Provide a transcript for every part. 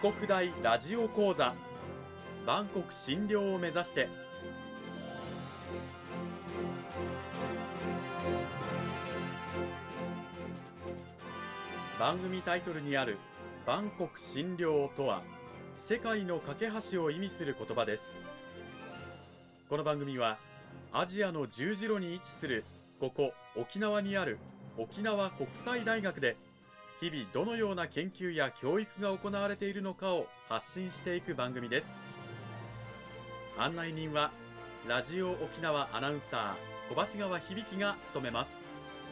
国大ラジオ講座万国診療を目指して。番組タイトルにある万国診療とは、世界の架け橋を意味する言葉です。この番組はアジアの十字路に位置するここ沖縄にある沖縄国際大学で、日々どのような研究や教育が行われているのかを発信していく番組です。案内人はラジオ沖縄アナウンサー小橋川響が務めます。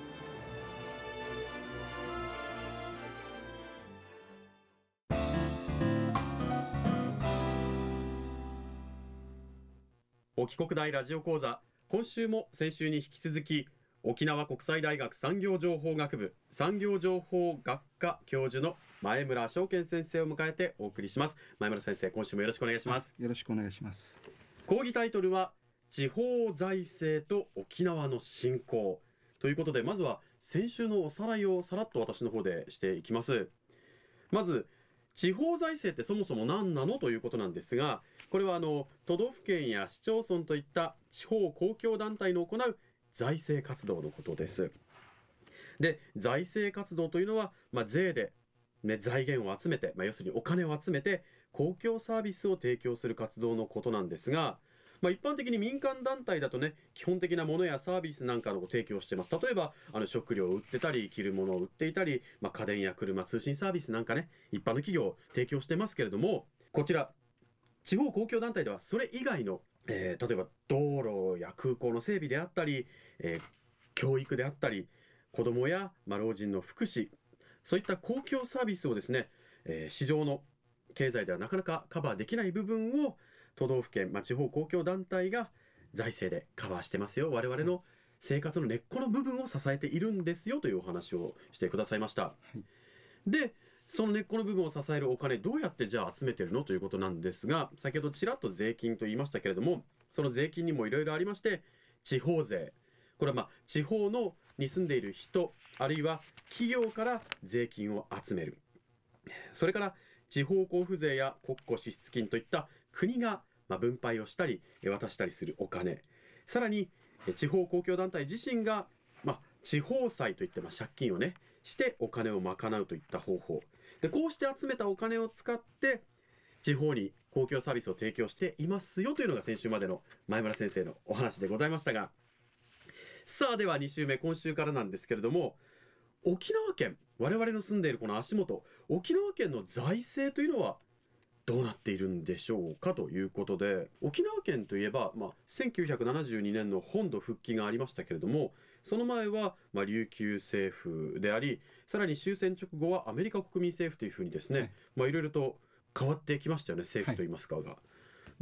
沖国大ラジオ講座、今週も先週に引き続き、沖縄国際大学産業情報学部産業情報学科教授の前村翔健先生を迎えてお送りします。前村先生、今週もよろしくお願いします。 よろしくお願いします。 講義タイトルは地方財政と沖縄の振興ということで、まずは先週のおさらいをさらっと私の方でしていきます。まず地方財政ってそもそも何なのということなんですが、これは都道府県や市町村といった地方公共団体の行う財政活動のことです。で、財政活動というのは、税で、財源を集めて、要するにお金を集めて公共サービスを提供する活動のことなんですが、一般的に民間団体だとね、基本的なものやサービスなんかの提供してます。例えば食料を売ってたり、着るものを売っていたり、家電や車、通信サービスなんかね、一般の企業を提供してますけれども、こちら地方公共団体ではそれ以外の、例えば道路や空港の整備であったり、教育であったり、子どもや老人の福祉、そういった公共サービスをですね、市場の経済ではなかなかカバーできない部分を都道府県、地方公共団体が財政でカバーしてますよ、我々の生活の根っこの部分を支えているんですよというお話をしてくださいました。はい、でその根っこの部分を支えるお金、どうやってじゃあ集めてるのということなんですが、先ほどちらっと税金と言いましたけれども、その税金にもいろいろありまして、地方税、これは地方に住んでいる人、あるいは企業から税金を集める。それから地方交付税や国庫支出金といった国が分配をしたり渡したりするお金、さらに地方公共団体自身が地方債といって借金をねしてお金を賄うといった方法で、こうして集めたお金を使って地方に公共サービスを提供していますよというのが先週までの前村先生のお話でございましたが、さあでは2週目、今週からなんですけれども、沖縄県、我々の住んでいるこの足元、沖縄県の財政というのはどうなっているんでしょうかということで、沖縄県といえば、1972年の本土復帰がありましたけれども、その前は琉球政府であり、さらに終戦直後はアメリカ国民政府というふうにですね、いろいろと変わってきましたよね、政府といいますかが。はい、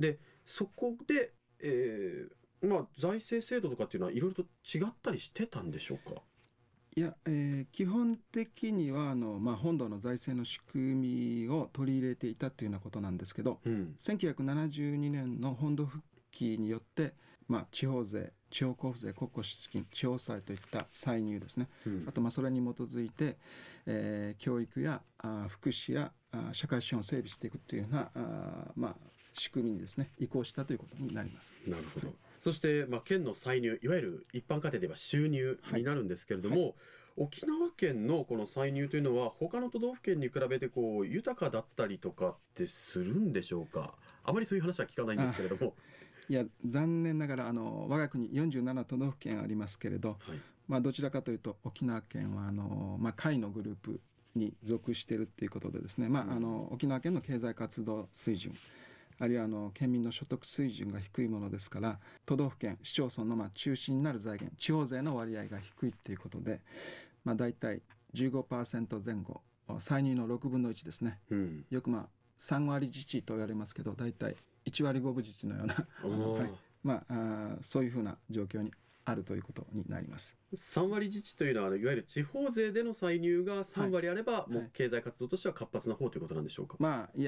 でそこで、財政制度とかっていうのはいろいろと違ったりしてたんでしょうか。 いや、基本的には本土の財政の仕組みを取り入れていたというようなことなんですけど、1972年の本土復帰によって、地方税、地方交付税、国庫支出金、地方債といった歳入ですね、あとそれに基づいて、教育や福祉や社会資本を整備していくというような仕組みにですね移行したということになります。 なるほど。そして、県の歳入、いわゆる一般家庭では収入になるんですけれども、沖縄県のこの歳入というのは他の都道府県に比べて豊かだったりとかってするんでしょうか。あまりそういう話は聞かないんですけれども。 いや、残念ながら我が国47都道府県ありますけれど、どちらかというと沖縄県は下位のグループに属しているということでですね、沖縄県の経済活動水準、あるいは県民の所得水準が低いものですから、都道府県市町村の中心になる財源、地方税の割合が低いということで、だいたい 15% 前後、歳入の6分の1ですね、よく3割自治と言われますけど、だいたい1割5分自治のようなそういうふうな状況にあるということになります。 3割自治というのはいわゆる地方税での歳入が3割あれば、もう経済活動としては活発な方ということなんでしょうか。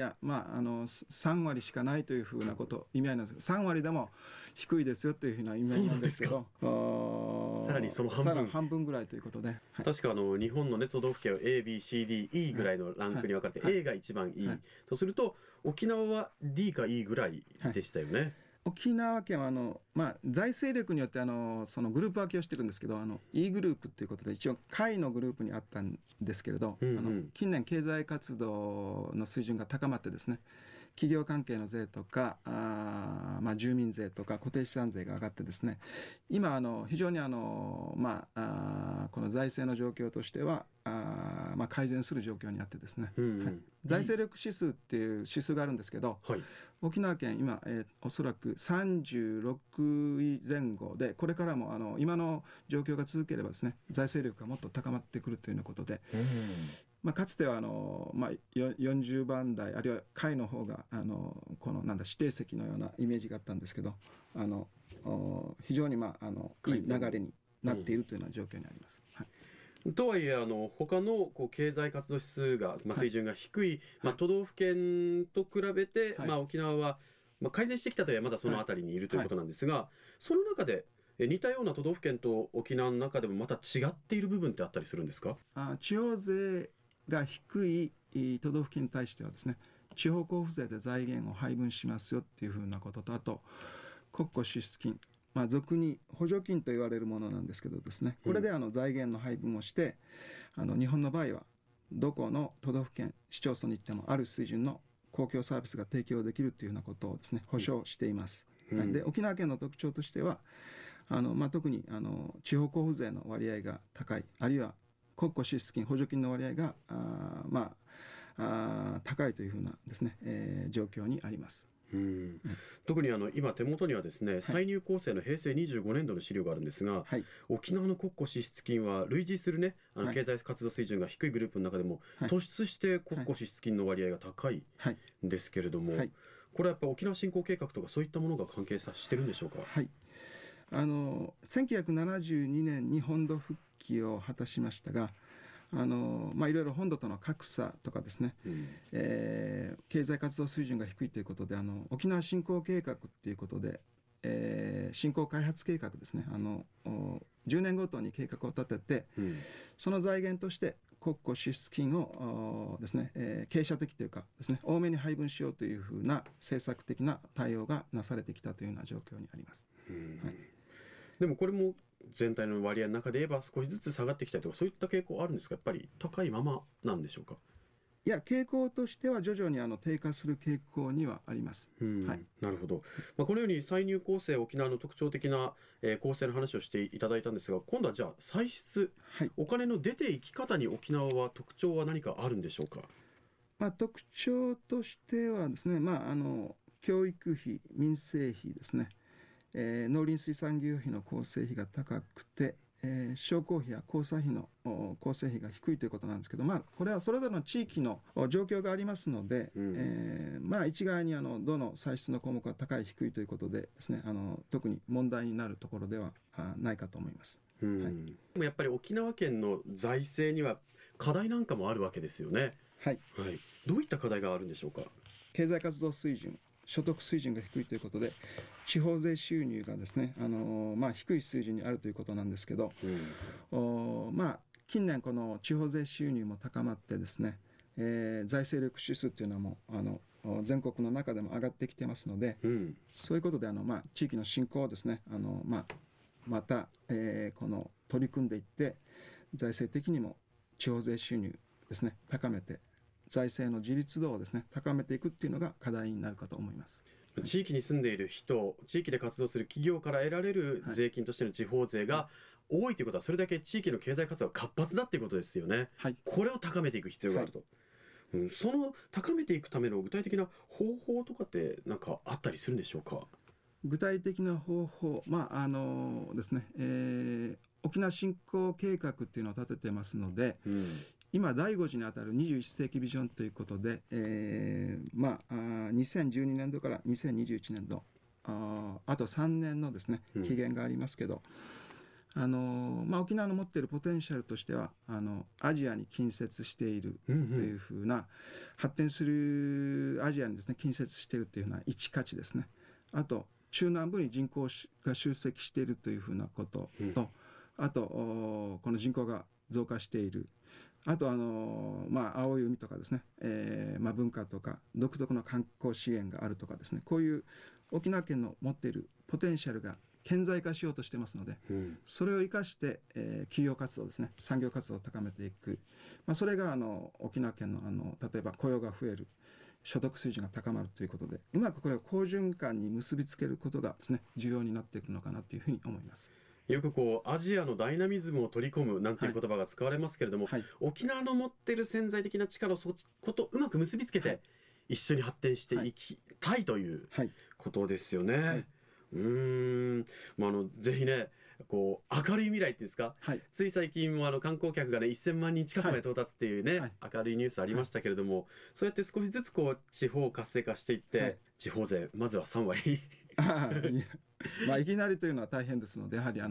3割しかないというふうなこと意味合いなんですけど、3割でも低いですよというふうな意味合いなんですけど、 3 さらにその半さら分に半分ぐらいということで、はい、 確か日本の、ね、都道府県は ABCDE ぐらいのランクに分かれて、 はい、 A が一番いい、 はい、 とすると沖縄は D か E ぐらいでしたよね、はい、 沖縄県は財政力によってそのグループ分けをしてるんですけどE グループということで一応下位のグループにあったんですけれど、近年経済活動の水準が高まってですね、企業関係の税とか住民税とか固定資産税が上がってですね、今非常にこの財政の状況としては改善する状況にあってですね、はい、財政力指数っていう指数があるんですけど、はい、沖縄県今、おそらく36位前後で、これからも今の状況が続ければですね、財政力がもっと高まってくるというようなことで、かつては40番台あるいは下位の方がこの指定席のようなイメージがあったんですけど、非常にいい流れになっているというような状況にあります。はい、 とはいえ他の経済活動指数が、水準が低い、都道府県と比べて、沖縄は、改善してきたとはいえまだそのあたりにいるということなんですが、その中で似たような都道府県と沖縄の中でもまた違っている部分ってあったりするんですか？ 地方税が低い都道府県に対してはですね、地方交付税で財源を配分しますよっていうふうなことと、あと国庫支出金、俗に補助金と言われるものなんですけどですね、これで財源の配分をして、日本の場合はどこの都道府県市町村に行ってもある水準の公共サービスが提供できるというようなことをですね保証しています。はい、で沖縄県の特徴としては特に地方交付税の割合が高い、あるいは国庫支出金補助金の割合が高いというふうなですね、状況にあります。 特に今手元にはですね、歳入構成の平成25年度の資料があるんですが、はい、沖縄の国庫支出金は類似するね経済活動水準が低いグループの中でも、突出して国庫支出金の割合が高いんですけれども、これはやっぱり沖縄振興計画とかそういったものが関係してるんでしょうか？ はい、1972年に本土復帰を果たしましたが、いろいろ本土との格差とかですね、経済活動水準が低いということで沖縄振興計画ということで、振興開発計画ですね、10年ごとに計画を立てて、その財源として国庫支出金をですね、傾斜的というかですね、多めに配分しようというふうな政策的な対応がなされてきたというような状況にあります。はい、 でもこれも全体の割合の中で言えば少しずつ下がってきたりとか、そういった傾向あるんですか？やっぱり高いままなんでしょうか？ いや、傾向としては徐々に低下する傾向にはあります。 はい、なるほど。このように歳入構成沖縄の特徴的な、構成の話をしていただいたんですが、今度はじゃあ歳出、お金の出ていき方に沖縄は特徴は何かあるんでしょうか？ 特徴としてはですね、教育費、民生費ですね、農林水産業費の構成費が高くて、商工費や交際費の構成費が低いということなんですけど、これはそれぞれの地域の状況がありますので、一概にどの歳出の項目が高い低いということでですね、特に問題になるところではないかと思います。 でもやっぱり沖縄県の財政には課題なんかもあるわけですよね。はい、どういった課題があるんでしょうか？ 経済活動水準、所得水準が低いということで、地方税収入がですね、低い水準にあるということなんですけど、近年この地方税収入も高まってですね、財政力指数っていうのも全国の中でも上がってきてますので、そういうことで地域の振興をですねまた、この取り組んでいって財政的にも地方税収入ですね高めて財政の自立度をですね高めていくっていうのが課題になるかと思います。 地域に住んでいる人、地域で活動する企業から得られる税金としての地方税が多いということは、それだけ地域の経済活動が活発だということですよね。これを高めていく必要があると。その高めていくための具体的な方法とかって何かあったりするんでしょうか？ 具体的な方法、ですね、沖縄振興計画っていうのを立ててますので、今第5次にあたる21世紀ビジョンということで、2012年度から2021年度 あと3年のですね期限がありますけど、沖縄の持っているポテンシャルとしてはアジアに近接しているというふうな、発展するアジアにですね近接しているというふうな位置価値ですね。あと中南部に人口が集積しているというふうなことと、 あとこの人口が増加している、あと青い海とかですね、文化とか独特の観光資源があるとかですね、こういう沖縄県の持っているポテンシャルが顕在化しようとしてますので、それを生かして、企業活動ですね、産業活動を高めていく、それが沖縄県の例えば雇用が増える、所得水準が高まるということで、うまくこれを好循環に結びつけることがですね、重要になっていくのかなというふうに思います。 よくアジアのダイナミズムを取り込むなんていう言葉が使われますけれども、沖縄の持っている潜在的な力をそことうまく結びつけて、一緒に発展していきたいということですよね。ぜひね、明るい未来っていうんですか、つい最近も観光客がね1000万人近くまで到達っていうね、明るいニュースありましたけれども、そうやって少しずつ地方を活性化していって、地方税まずは3割いきなりというのは大変ですので、やはり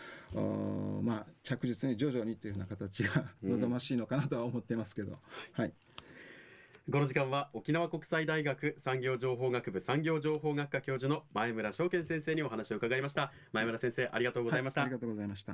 着実に徐々にというような形が望ましいのかなとは思っていますけど、 この時間は沖縄国際大学産業情報学部産業情報学科教授の前村昌健先生にお話を伺いました。前村先生、ありがとうございました。 ありがとうございました。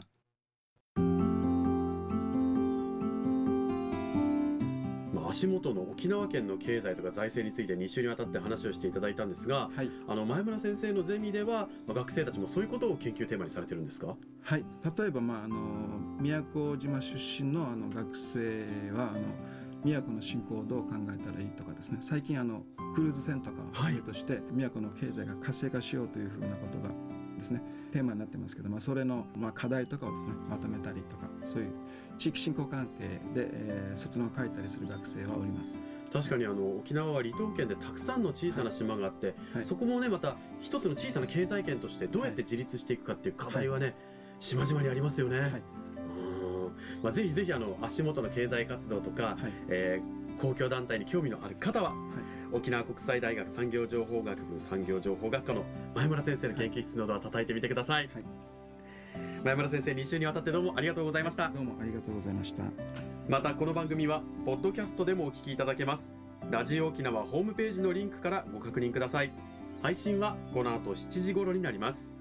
足元の沖縄県の経済とか財政について2週にわたって話をしていただいたんですが、前村先生のゼミでは、学生たちもそういうことを研究テーマにされてるんですか？ 例えば、宮古島出身の学生は宮古の振興をどう考えたらいいとかですね、最近クルーズ船とかを例として、宮古の経済が活性化しようというふうなことがですねテーマになってますけど、それの課題とかをですねまとめたりとか、そういう地域振興関係で、卒論を書いたりする学生はおります。 確かに沖縄は離島県でたくさんの小さな島があって、そこもねまた一つの小さな経済圏としてどうやって自立していくかっていう課題はね、島々にありますよね。ぜひぜひ足元の経済活動とか、公共団体に興味のある方は、沖縄国際大学産業情報学部産業情報学科の前村先生の研究室のドアを叩いてみてください。前村先生、2週にわたってどうもありがとうございました。 どうもありがとうございました。 またこの番組はポッドキャストでもお聞きいただけます。ラジオ沖縄ホームページのリンクからご確認ください。配信はこの後7時頃になります。